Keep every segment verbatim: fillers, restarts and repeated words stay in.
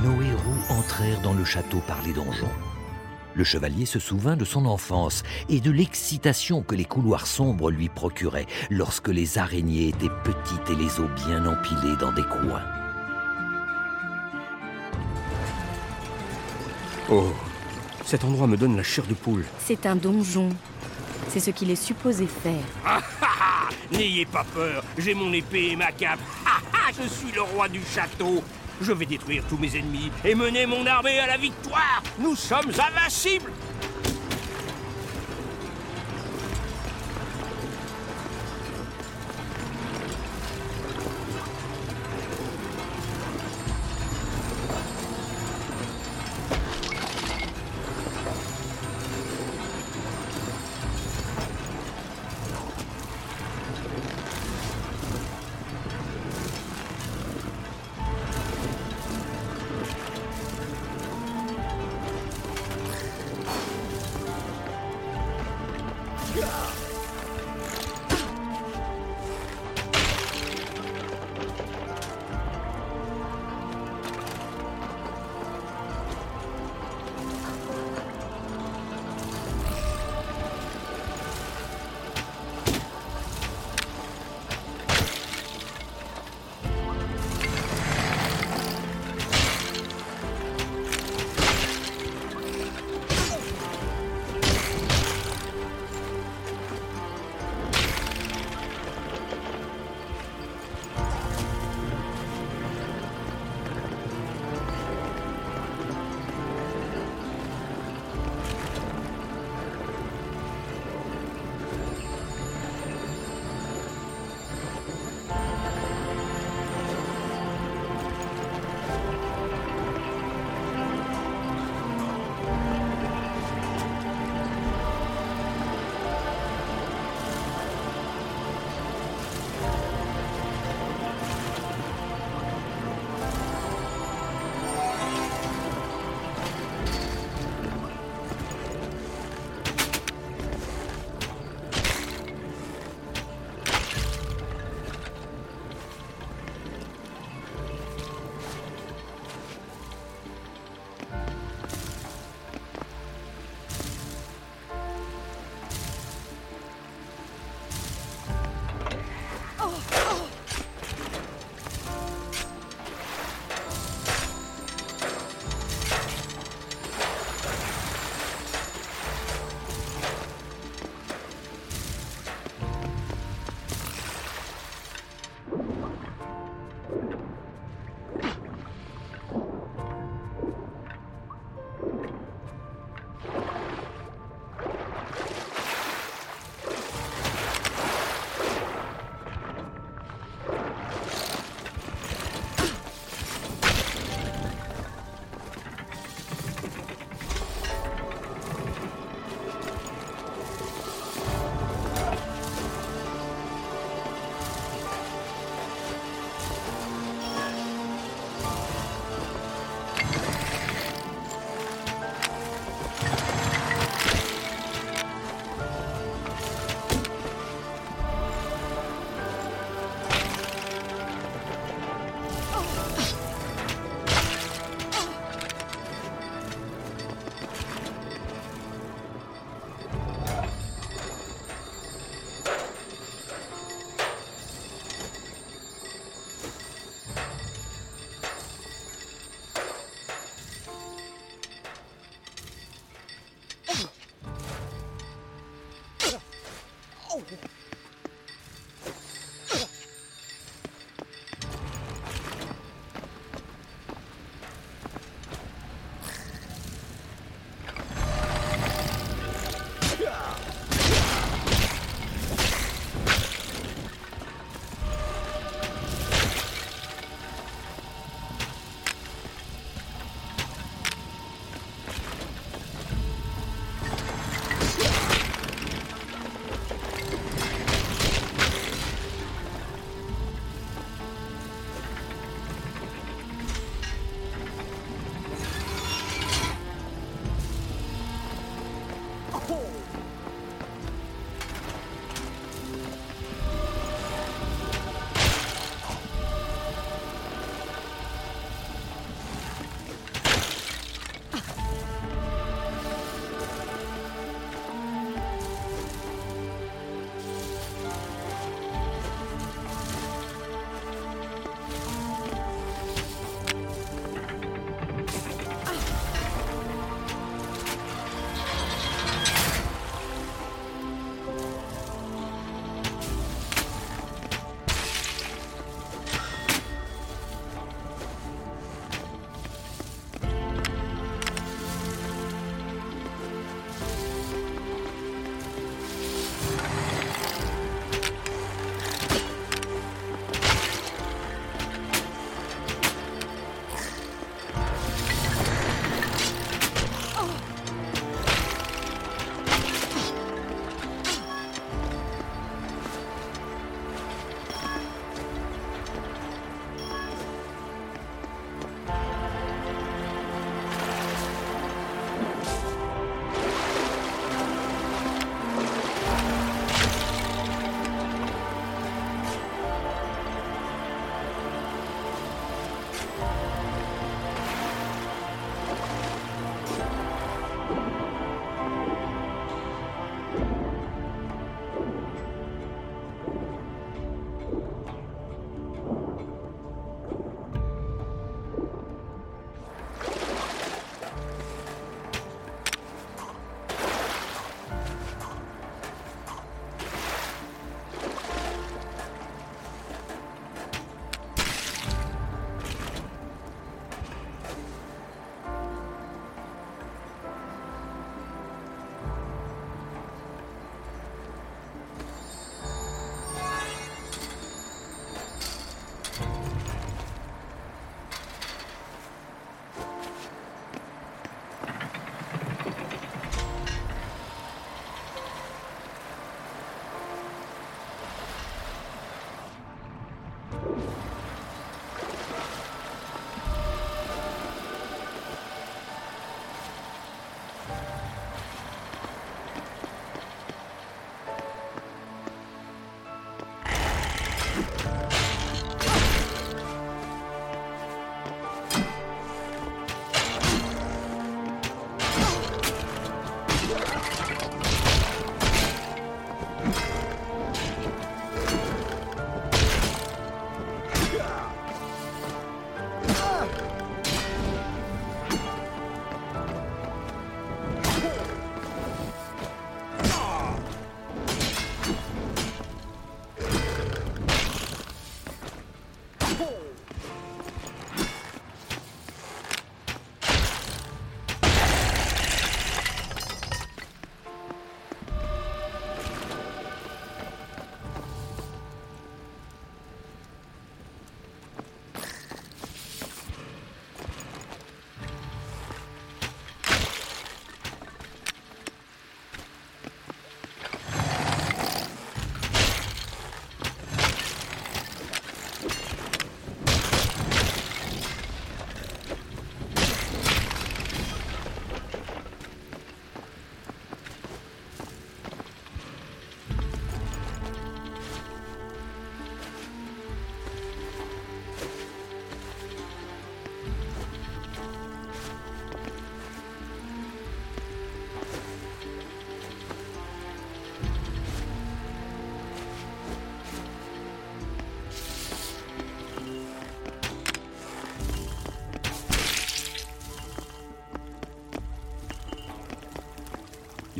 nos héros entrèrent dans le château par les donjons. Le chevalier se souvint de son enfance et de l'excitation que les couloirs sombres lui procuraient lorsque les araignées étaient petites et les os bien empilés dans des coins. Oh, cet endroit me donne la chair de poule. C'est un donjon. C'est ce qu'il est supposé faire. Ah ah ah! N'ayez pas peur, j'ai mon épée et ma cape. Ah ah! Je suis le roi du château. Je vais détruire tous mes ennemis et mener mon armée à la victoire. Nous sommes invincibles.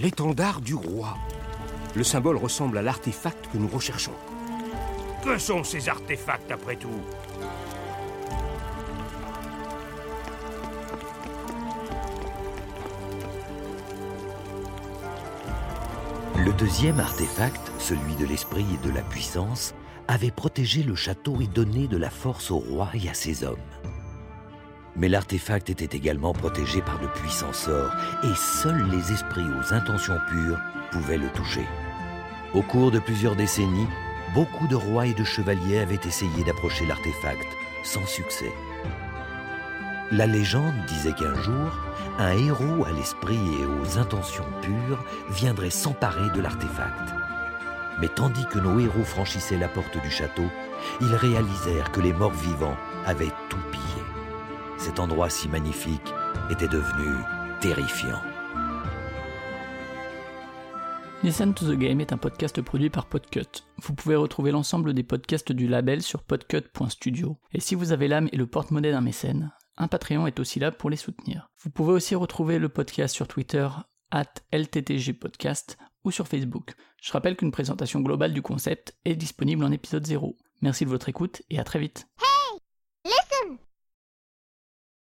l'étendard du roi. Le symbole ressemble à l'artefact que nous recherchons. Que sont ces artefacts, après tout? Le deuxième artefact, celui de l'esprit et de la puissance, avait protégé le château et donné de la force au roi et à ses hommes. Mais l'artefact était également protégé par de puissants sorts, et seuls les esprits aux intentions pures pouvaient le toucher. Au cours de plusieurs décennies, beaucoup de rois et de chevaliers avaient essayé d'approcher l'artefact, sans succès. La légende disait qu'un jour, un héros à l'esprit et aux intentions pures viendrait s'emparer de l'artefact. Mais tandis que nos héros franchissaient la porte du château, ils réalisèrent que les morts vivants avaient tout pillé. Cet endroit si magnifique était devenu terrifiant. Listen to the Game est un podcast produit par Podcut. Vous pouvez retrouver l'ensemble des podcasts du label sur podcut point studio. Et si vous avez l'âme et le porte-monnaie d'un mécène, un Patreon est aussi là pour les soutenir. Vous pouvez aussi retrouver le podcast sur Twitter, arobase L T T G podcast, ou sur Facebook. Je rappelle qu'une présentation globale du concept est disponible en épisode zéro. Merci de votre écoute et à très vite.